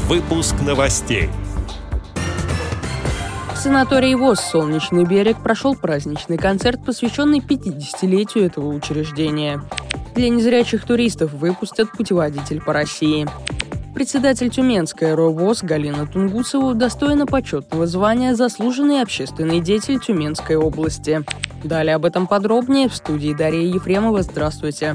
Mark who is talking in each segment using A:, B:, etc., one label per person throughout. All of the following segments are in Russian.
A: Выпуск новостей.
B: В санатории ВОС «Солнечный берег» прошел праздничный концерт, посвященный 50-летию этого учреждения. Для незрячих туристов выпустят путеводитель по России. Председатель Тюменской РО ВОС Галина Тунгусова удостоена почетного звания «Заслуженный общественный деятель Тюменской области». Далее об этом подробнее в студии Дарья Ефремова. Здравствуйте.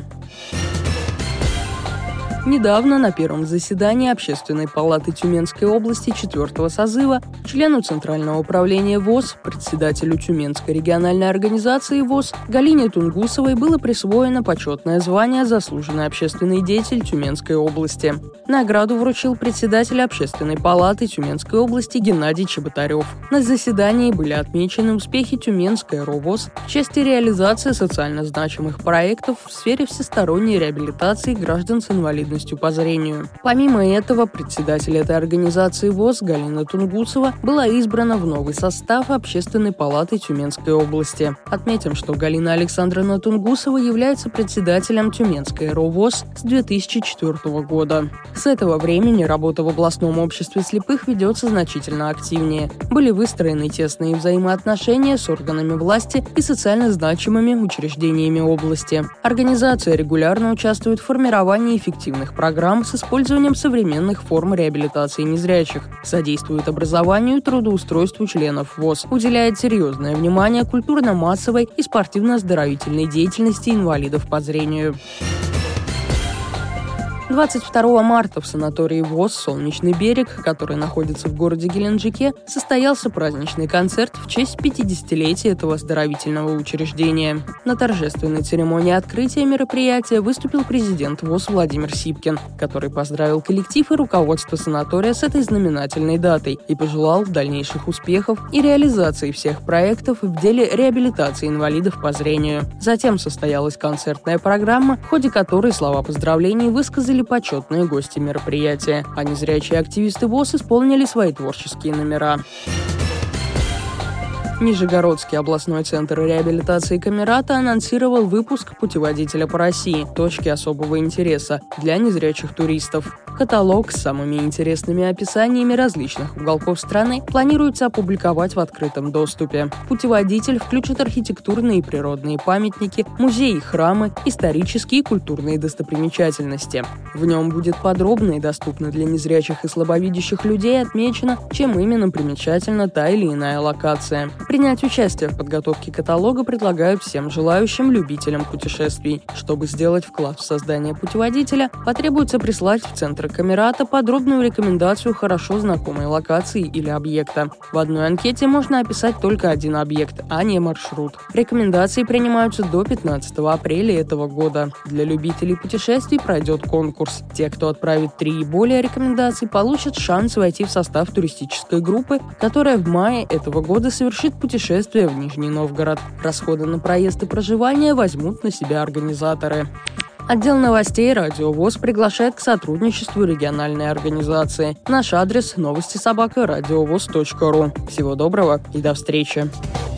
B: Недавно на первом заседании Общественной палаты Тюменской области 4-го созыва члену Центрального управления ВОС, председателю Тюменской региональной организации ВОС Галине Тунгусовой было присвоено почетное звание «Заслуженный общественный деятель Тюменской области». Награду вручил председатель Общественной палаты Тюменской области Геннадий Чеботарев. На заседании были отмечены успехи Тюменской РО ВОС в части реализации социально значимых проектов в сфере всесторонней реабилитации граждан с инвалидностью по зрению. Помимо этого, председатель этой организации ВОС Галина Тунгусова была избрана в новый состав Общественной палаты Тюменской области. Отметим, что Галина Александровна Тунгусова является председателем Тюменской РО ВОС с 2004 года. С этого времени работа в областном обществе слепых ведется значительно активнее. Были выстроены тесные взаимоотношения с органами власти и социально значимыми учреждениями области. Организация регулярно участвует в формировании эффективных программ с использованием современных форм реабилитации незрячих, содействует образованию и трудоустройству членов ВОС, уделяет серьезное внимание культурно-массовой и спортивно-оздоровительной деятельности инвалидов по зрению. 22 марта в санатории ВОС «Солнечный берег», который находится в городе Геленджике, состоялся праздничный концерт в честь 50-летия этого оздоровительного учреждения. На торжественной церемонии открытия мероприятия выступил президент ВОС Владимир Сипкин, который поздравил коллектив и руководство санатория с этой знаменательной датой и пожелал дальнейших успехов и реализации всех проектов в деле реабилитации инвалидов по зрению. Затем состоялась концертная программа, в ходе которой слова поздравлений высказали почетные гости мероприятия, а незрячие активисты ВОС исполнили свои творческие номера. Нижегородский областной центр реабилитации Камерата анонсировал выпуск путеводителя по России «Точки особого интереса» для незрячих туристов. Каталог с самыми интересными описаниями различных уголков страны планируется опубликовать в открытом доступе. Путеводитель включит архитектурные и природные памятники, музеи и храмы, исторические и культурные достопримечательности. В нем будет подробно и доступно для незрячих и слабовидящих людей отмечено, чем именно примечательна та или иная локация. Принять участие в подготовке каталога предлагают всем желающим любителям путешествий. Чтобы сделать вклад в создание путеводителя, потребуется прислать в Центр Камерата подробную рекомендацию хорошо знакомой локации или объекта. В одной анкете можно описать только один объект, а не маршрут. Рекомендации принимаются до 15 апреля этого года. Для любителей путешествий пройдет конкурс. Те, кто отправит 3 и более рекомендаций, получат шанс войти в состав туристической группы, которая в мае этого года совершит путешествие в Нижний Новгород. Расходы на проезд и проживание возьмут на себя организаторы. Отдел новостей «Радио ВОС» приглашает к сотрудничеству региональной организации. Наш адрес – новости@радиовос.ру. Всего доброго и до встречи!